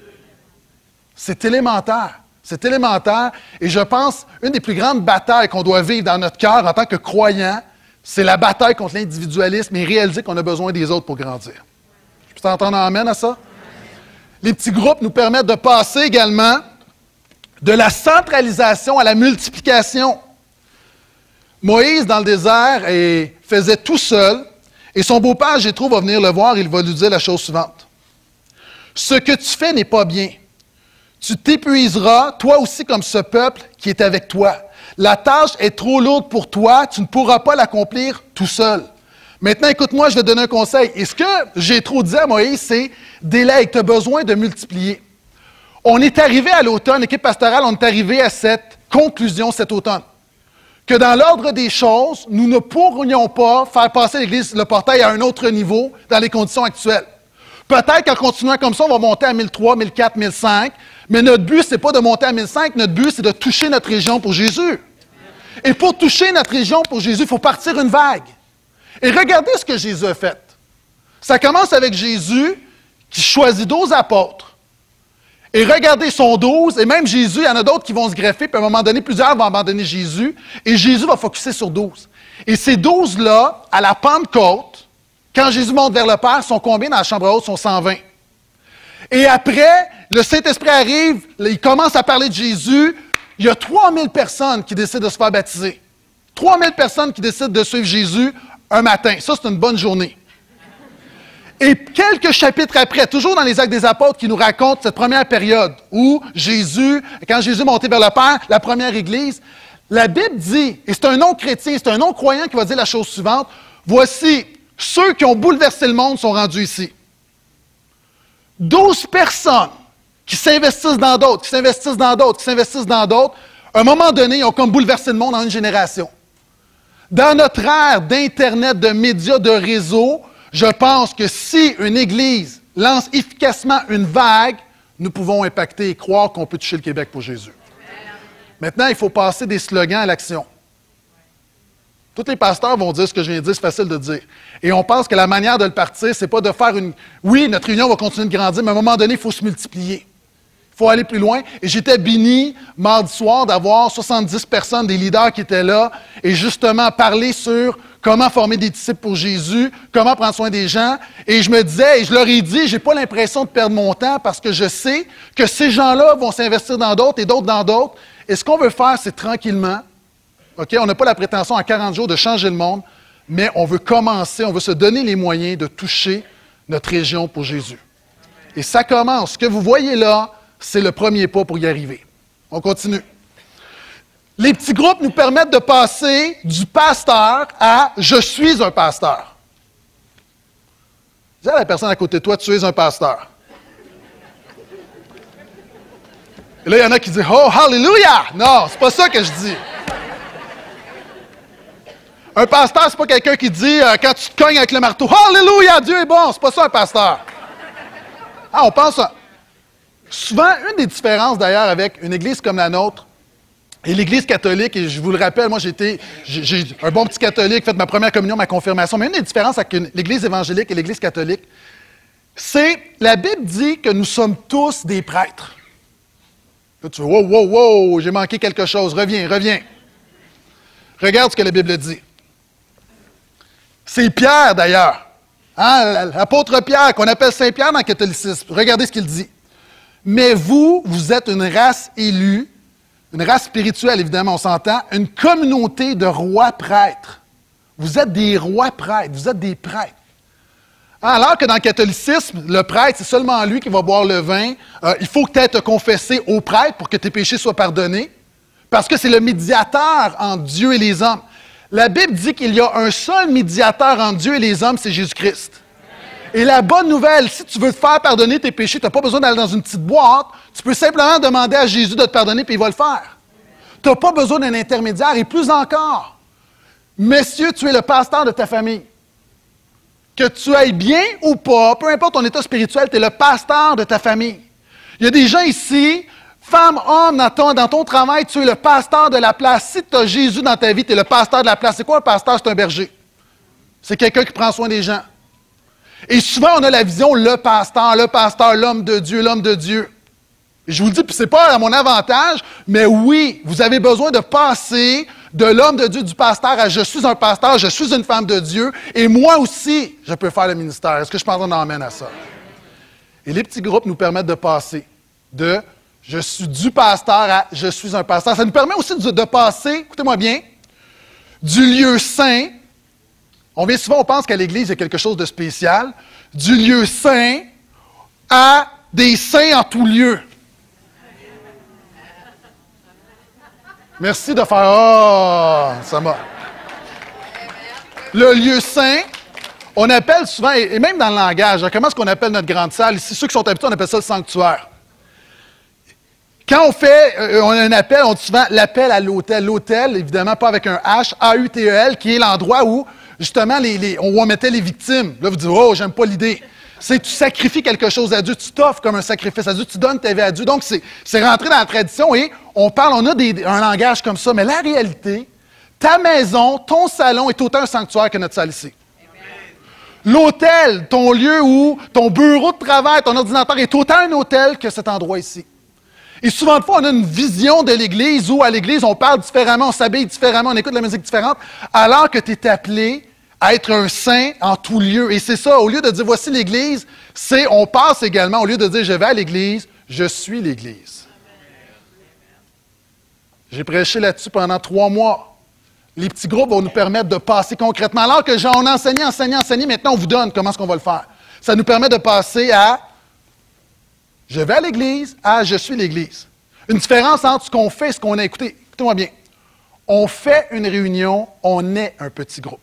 C'est élémentaire. C'est élémentaire. Et je pense, une des plus grandes batailles qu'on doit vivre dans notre cœur en tant que croyant, c'est la bataille contre l'individualisme et réaliser qu'on a besoin des autres pour grandir. Je peux t'entendre en amène à ça? Les petits groupes nous permettent de passer également de la centralisation à la multiplication. Moïse, dans le désert, et faisait tout seul, et son beau-père, Jéthro, va venir le voir et il va lui dire la chose suivante. « Ce que tu fais n'est pas bien. Tu t'épuiseras, toi aussi comme ce peuple qui est avec toi. La tâche est trop lourde pour toi, tu ne pourras pas l'accomplir tout seul. Maintenant, écoute-moi, je vais te donner un conseil. Et ce que Jéthro dit à Moïse, c'est « délègue, tu as besoin de multiplier. » On est arrivé à l'automne, l'équipe pastorale, on est arrivé à cette conclusion cet automne. que dans l'ordre des choses, nous ne pourrions pas faire passer l'Église, le portail à un autre niveau dans les conditions actuelles. Peut-être qu'en continuant comme ça, on va monter à mille trois, mille quatre, mille cinq, mais notre but, ce n'est pas de monter à mille cinq, notre but, c'est de toucher notre région pour Jésus. Et pour toucher notre région pour Jésus, il faut partir une vague. Et regardez ce que Jésus a fait. Ça commence avec Jésus qui choisit douze apôtres. Et regardez, son douze, et même Jésus, il y en a d'autres qui vont se greffer, puis à un moment donné, plusieurs vont abandonner Jésus, et Jésus va focusser sur douze. Et ces douze-là, à la Pentecôte, quand Jésus monte vers le Père, sont combien dans la chambre haute? Sont cent vingt. Et après, le Saint-Esprit arrive, il commence à parler de Jésus, il y a trois mille personnes qui décident de se faire baptiser. trois mille personnes qui décident de suivre Jésus un matin. Ça, c'est une bonne journée. Et quelques chapitres après, toujours dans les Actes des Apôtres, qui nous racontent cette première période où Jésus, quand Jésus est monté vers le Père, la première Église, la Bible dit, et c'est un non-chrétien, c'est un non-croyant qui va dire la chose suivante, voici, ceux qui ont bouleversé le monde sont rendus ici. Douze personnes qui s'investissent dans d'autres, qui s'investissent dans d'autres, qui s'investissent dans d'autres, à un moment donné, ils ont comme bouleversé le monde en une génération. Dans notre ère d'Internet, de médias, de réseaux, je pense que si une Église lance efficacement une vague, nous pouvons impacter et croire qu'on peut toucher le Québec pour Jésus. Maintenant, il faut passer des slogans à l'action. Tous les pasteurs vont dire ce que je viens de dire, c'est facile de dire. Et on pense que la manière de le partir, c'est pas de faire une... Oui, notre réunion va continuer de grandir, mais à un moment donné, il faut se multiplier. Il faut aller plus loin. Et j'étais béni, mardi soir, d'avoir soixante-dix personnes, des leaders qui étaient là, et justement parler sur comment former des disciples pour Jésus, comment prendre soin des gens. Et je me disais, et je leur ai dit, j'ai pas l'impression de perdre mon temps parce que je sais que ces gens-là vont s'investir dans d'autres et d'autres dans d'autres. Et ce qu'on veut faire, c'est tranquillement, OK, on n'a pas la prétention en quarante jours de changer le monde, mais on veut commencer, on veut se donner les moyens de toucher notre région pour Jésus. Et ça commence. Ce que vous voyez là, c'est le premier pas pour y arriver. On continue. Les petits groupes nous permettent de passer du pasteur à « je suis un pasteur ». Dis à la personne à côté de toi, tu es un pasteur. Et là, il y en a qui disent « Oh, hallelujah !» Non, c'est pas ça que je dis. Un pasteur, c'est pas quelqu'un qui dit, euh, quand tu te cognes avec le marteau, « Alléluia, Dieu est bon !» C'est pas ça un pasteur. Ah, on pense... À... Souvent, une des différences d'ailleurs avec une église comme la nôtre et l'église catholique, et je vous le rappelle, moi j'ai été, j'ai, j'ai un bon petit catholique, fait ma première communion, ma confirmation, mais une des différences avec une, l'église évangélique et l'église catholique, c'est, la Bible dit que nous sommes tous des prêtres. Là, tu fais, wow, wow, wow, j'ai manqué quelque chose, reviens, reviens. Regarde ce que la Bible dit. C'est Pierre, d'ailleurs, hein, l'apôtre Pierre, qu'on appelle Saint-Pierre dans le catholicisme. Regardez ce qu'il dit. « Mais vous, vous êtes une race élue, une race spirituelle, évidemment, on s'entend, une communauté de rois prêtres. Vous êtes des rois prêtres, vous êtes des prêtres. » Alors que dans le catholicisme, le prêtre, c'est seulement lui qui va boire le vin. Euh, il faut que tu aies te confesser au prêtre pour que tes péchés soient pardonnés, parce que c'est le médiateur entre Dieu et les hommes. La Bible dit qu'il y a un seul médiateur entre Dieu et les hommes, c'est Jésus-Christ. Et la bonne nouvelle, si tu veux te faire pardonner tes péchés, tu n'as pas besoin d'aller dans une petite boîte, tu peux simplement demander à Jésus de te pardonner, puis il va le faire. Tu n'as pas besoin d'un intermédiaire, et plus encore, messieurs, tu es le pasteur de ta famille. Que tu ailles bien ou pas, peu importe ton état spirituel, tu es le pasteur de ta famille. Il y a des gens ici, femmes, hommes, dans ton, dans ton travail, tu es le pasteur de la place. Si tu as Jésus dans ta vie, tu es le pasteur de la place. C'est quoi un pasteur? C'est un berger. C'est quelqu'un qui prend soin des gens. Et souvent, on a la vision, le pasteur, le pasteur, l'homme de Dieu, l'homme de Dieu. Et je vous le dis, puis c'est pas à mon avantage, mais oui, vous avez besoin de passer de l'homme de Dieu, du pasteur, à je suis un pasteur, je suis une femme de Dieu, et moi aussi, je peux faire le ministère. Est-ce que je pense qu'on emmène à ça? Et les petits groupes nous permettent de passer de je suis du pasteur à je suis un pasteur. Ça nous permet aussi de, de passer, écoutez-moi bien, du lieu saint. On vient souvent, on pense qu'à l'Église, il y a quelque chose de spécial. Du lieu saint à des saints en tout lieu. Merci de faire « Ah, oh, ça m'a... » Le lieu saint, on appelle souvent, et même dans le langage, comment est-ce qu'on appelle notre grande salle? Ici, ceux qui sont habitués, on appelle ça le sanctuaire. Quand on fait, euh, on a un appel, on dit souvent l'appel à l'autel. L'autel, évidemment, pas avec un H, A U T E L, qui est l'endroit où, justement, les, les, on mettait les victimes. Là, vous dites, oh, j'aime pas l'idée. C'est que tu sacrifies quelque chose à Dieu, tu t'offres comme un sacrifice à Dieu, tu donnes ta vie à Dieu. Donc, c'est, c'est rentré dans la tradition et on parle, on a des, un langage comme ça, mais la réalité, ta maison, ton salon est autant un sanctuaire que notre salle ici. L'hôtel, ton lieu où, ton bureau de travail, ton ordinateur est autant un hôtel que cet endroit ici. Et souvent de fois, on a une vision de l'Église où à l'Église, on parle différemment, on s'habille différemment, on écoute de la musique différente, alors que tu es appelé à être un saint en tout lieu. Et c'est ça, au lieu de dire voici l'Église, c'est on passe également, au lieu de dire je vais à l'Église, je suis l'Église. J'ai prêché là-dessus pendant trois mois. Les petits groupes vont nous permettre de passer concrètement. Alors que on a enseigné, enseigné, enseigné, maintenant on vous donne comment est-ce qu'on va le faire. Ça nous permet de passer à je vais à l'Église, à je suis l'Église. Une différence entre ce qu'on fait et ce qu'on a écouté. Écoutez-moi bien. On fait une réunion, on est un petit groupe.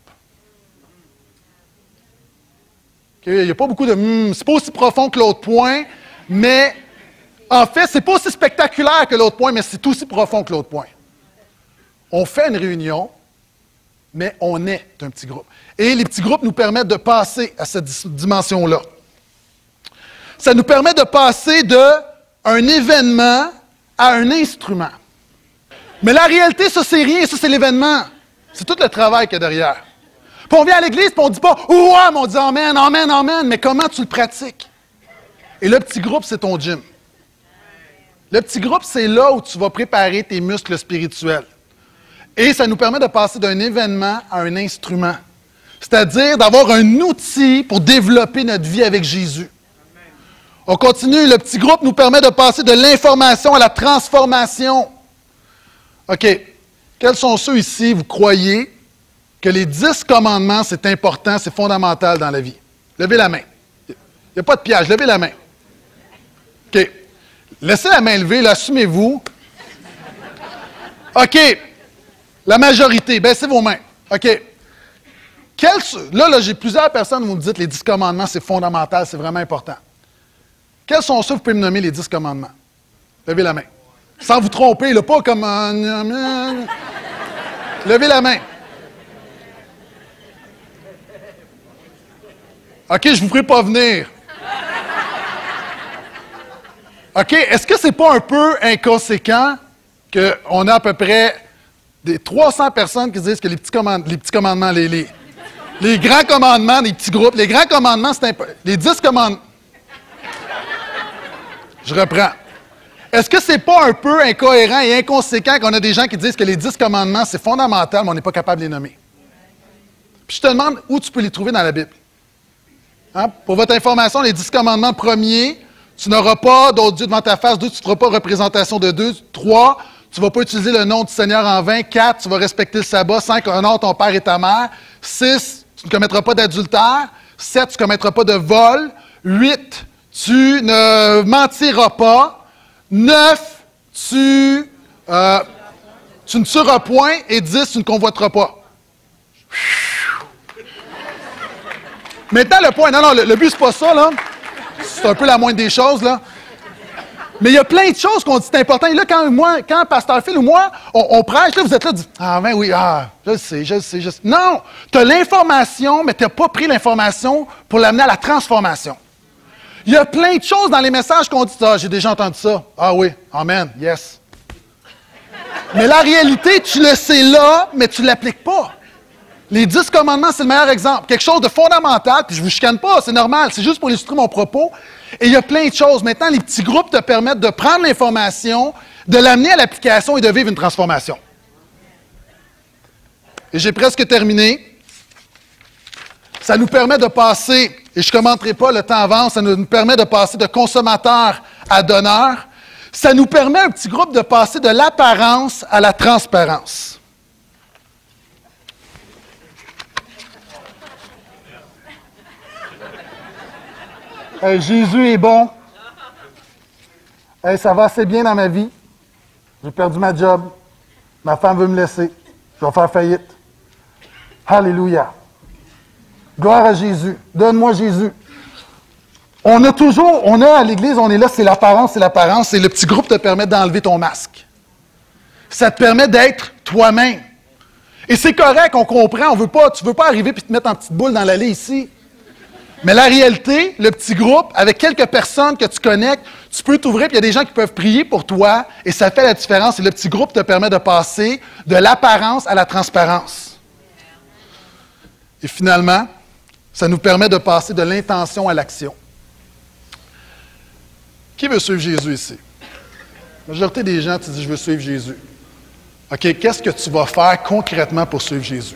Okay? Il n'y a pas beaucoup de hmm, c'est pas aussi profond que l'autre point, mais en fait, c'est pas aussi spectaculaire que l'autre point, mais c'est aussi profond que l'autre point. On fait une réunion, mais on est un petit groupe. Et les petits groupes nous permettent de passer à cette dimension-là. Ça nous permet de passer d'un événement à un instrument. Mais la réalité, ça, c'est rien. Ça, c'est l'événement. C'est tout le travail qu'il y a derrière. Puis on vient à l'église, puis on ne dit pas « Ouah! » mais on dit « Amen, Amen, Amen ». Mais comment tu le pratiques? Et le petit groupe, c'est ton gym. Le petit groupe, c'est là où tu vas préparer tes muscles spirituels. Et ça nous permet de passer d'un événement à un instrument. C'est-à-dire d'avoir un outil pour développer notre vie avec Jésus. On continue. Le petit groupe nous permet de passer de l'information à la transformation. OK. Quels sont ceux ici, vous croyez, que les dix commandements, c'est important, c'est fondamental dans la vie? Levez la main. Il n'y a pas de piège. Levez la main. OK. Laissez la main levée, là, assumez-vous. OK. La majorité, baissez vos mains. OK. Quels, là, là j'ai plusieurs personnes, vous me dites, les dix commandements, c'est fondamental, c'est vraiment important. Quels sont ceux, vous pouvez me nommer les dix commandements? Levez la main. Sans vous tromper, là, pas comme... Euh, levez la main. OK, je ne vous ferai pas venir. OK, est-ce que c'est pas un peu inconséquent qu'on a à peu près des trois cents personnes qui disent que les petits, command- les petits commandements, les, les, les grands commandements, les petits groupes, les grands commandements, c'est important. Les dix commandements... Je reprends. Est-ce que c'est pas un peu incohérent et inconséquent qu'on a des gens qui disent que les dix commandements, c'est fondamental, mais on n'est pas capable de les nommer? Puis je te demande où tu peux les trouver dans la Bible. Hein? Pour votre information, les dix commandements premiers, tu n'auras pas d'autres dieux devant ta face. Deux, tu ne feras pas représentation de deux. Trois, tu ne vas pas utiliser le nom du Seigneur en vain. Quatre, tu vas respecter le sabbat. Cinq, honore ton père et ta mère. Six, tu ne commettras pas d'adultère. Sept, tu ne commettras pas de vol. Huit, tu ne mentiras pas. Neuf, tu, euh, tu ne tueras point. Et dix, tu ne convoiteras pas. Maintenant, le point, non, non, le, le but, c'est pas ça, là. C'est un peu la moindre des choses, là. Mais il y a plein de choses qu'on dit c'est important. Et là, quand moi, quand Pasteur Phil ou moi, on, on prêche, là, vous êtes là, vous dites, ah ben oui, ah, je le sais, je le sais, je le sais. Non! Tu as l'information, mais tu n'as pas pris l'information pour l'amener à la transformation. Il y a plein de choses dans les messages qu'on dit, ah, j'ai déjà entendu ça. Ah oui, amen, yes. Mais la réalité, tu le sais là, mais tu ne l'appliques pas. Les dix commandements, c'est le meilleur exemple. Quelque chose de fondamental, puis je ne vous chicane pas, c'est normal, c'est juste pour illustrer mon propos. Et il y a plein de choses. Maintenant, les petits groupes te permettent de prendre l'information, de l'amener à l'application et de vivre une transformation. Et j'ai presque terminé. Ça nous permet de passer, et je ne commenterai pas, le temps avance, ça nous permet de passer de consommateur à donneur. Ça nous permet, un petit groupe, de passer de l'apparence à la transparence. Hey, Jésus est bon. Hey, ça va assez bien dans ma vie. J'ai perdu ma job. Ma femme veut me laisser. Je vais faire faillite. Alléluia. Gloire à Jésus. Donne-moi Jésus. On a toujours, on a à l'Église, on est là, c'est l'apparence, c'est l'apparence, et le petit groupe te permet d'enlever ton masque. Ça te permet d'être toi-même. Et c'est correct, on comprend, on veut pas, tu ne veux pas arriver et te mettre en petite boule dans l'allée ici. Mais la réalité, le petit groupe, avec quelques personnes que tu connectes, tu peux t'ouvrir, puis il y a des gens qui peuvent prier pour toi, et ça fait la différence. Et le petit groupe te permet de passer de l'apparence à la transparence. Et finalement, ça nous permet de passer de l'intention à l'action. Qui veut suivre Jésus ici? La majorité des gens, tu dis, je veux suivre Jésus. OK, qu'est-ce que tu vas faire concrètement pour suivre Jésus?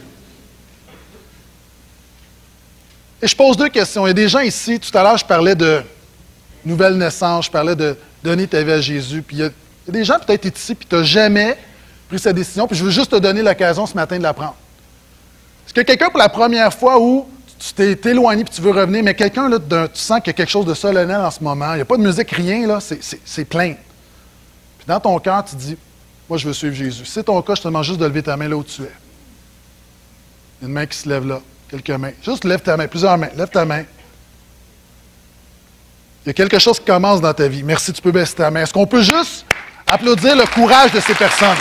Et je pose deux questions. Il y a des gens ici, tout à l'heure, je parlais de nouvelle naissance, je parlais de donner ta vie à Jésus. Puis il y a, il y a des gens peut-être ici, puis tu n'as jamais pris cette décision, puis je veux juste te donner l'occasion ce matin de la prendre. Est-ce que quelqu'un, pour la première fois où tu t'es éloigné puis tu veux revenir, mais quelqu'un, là, tu sens qu'il y a quelque chose de solennel en ce moment, il n'y a pas de musique, rien, là, c'est, c'est, c'est plein. Puis dans ton cœur, tu dis, moi, je veux suivre Jésus. Si c'est ton cas, je te demande juste de lever ta main là où tu es. Il y a une main qui se lève là, quelques mains. Juste lève ta main, plusieurs mains, lève ta main. Il y a quelque chose qui commence dans ta vie. Merci, tu peux baisser ta main. Est-ce qu'on peut juste applaudir le courage de ces personnes?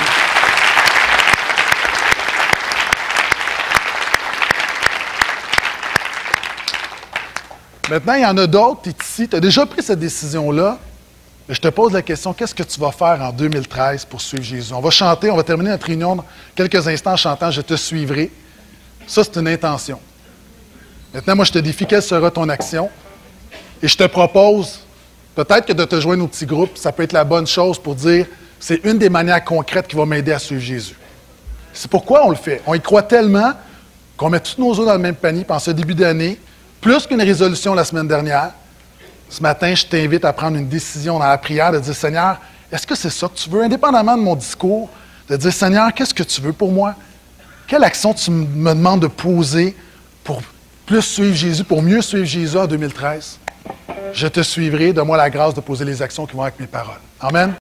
Maintenant, il y en a d'autres, tu es ici, tu as déjà pris cette décision-là, mais je te pose la question, qu'est-ce que tu vas faire en deux mille treize pour suivre Jésus? On va chanter, on va terminer notre réunion dans quelques instants en chantant « Je te suivrai ». Ça, c'est une intention. Maintenant, moi, je te défie, quelle sera ton action? Et je te propose, peut-être que de te joindre au petit groupe, ça peut être la bonne chose pour dire, c'est une des manières concrètes qui va m'aider à suivre Jésus. C'est pourquoi on le fait. On y croit tellement qu'on met tous nos œufs dans le même panier, puis en ce début d'année, plus qu'une résolution la semaine dernière, ce matin, je t'invite à prendre une décision dans la prière, de dire, Seigneur, est-ce que c'est ça que tu veux, indépendamment de mon discours, de dire, Seigneur, qu'est-ce que tu veux pour moi? Quelle action tu me demandes de poser pour plus suivre Jésus, pour mieux suivre Jésus en deux mille treize? Je te suivrai, donne-moi la grâce de poser les actions qui vont avec mes paroles. Amen.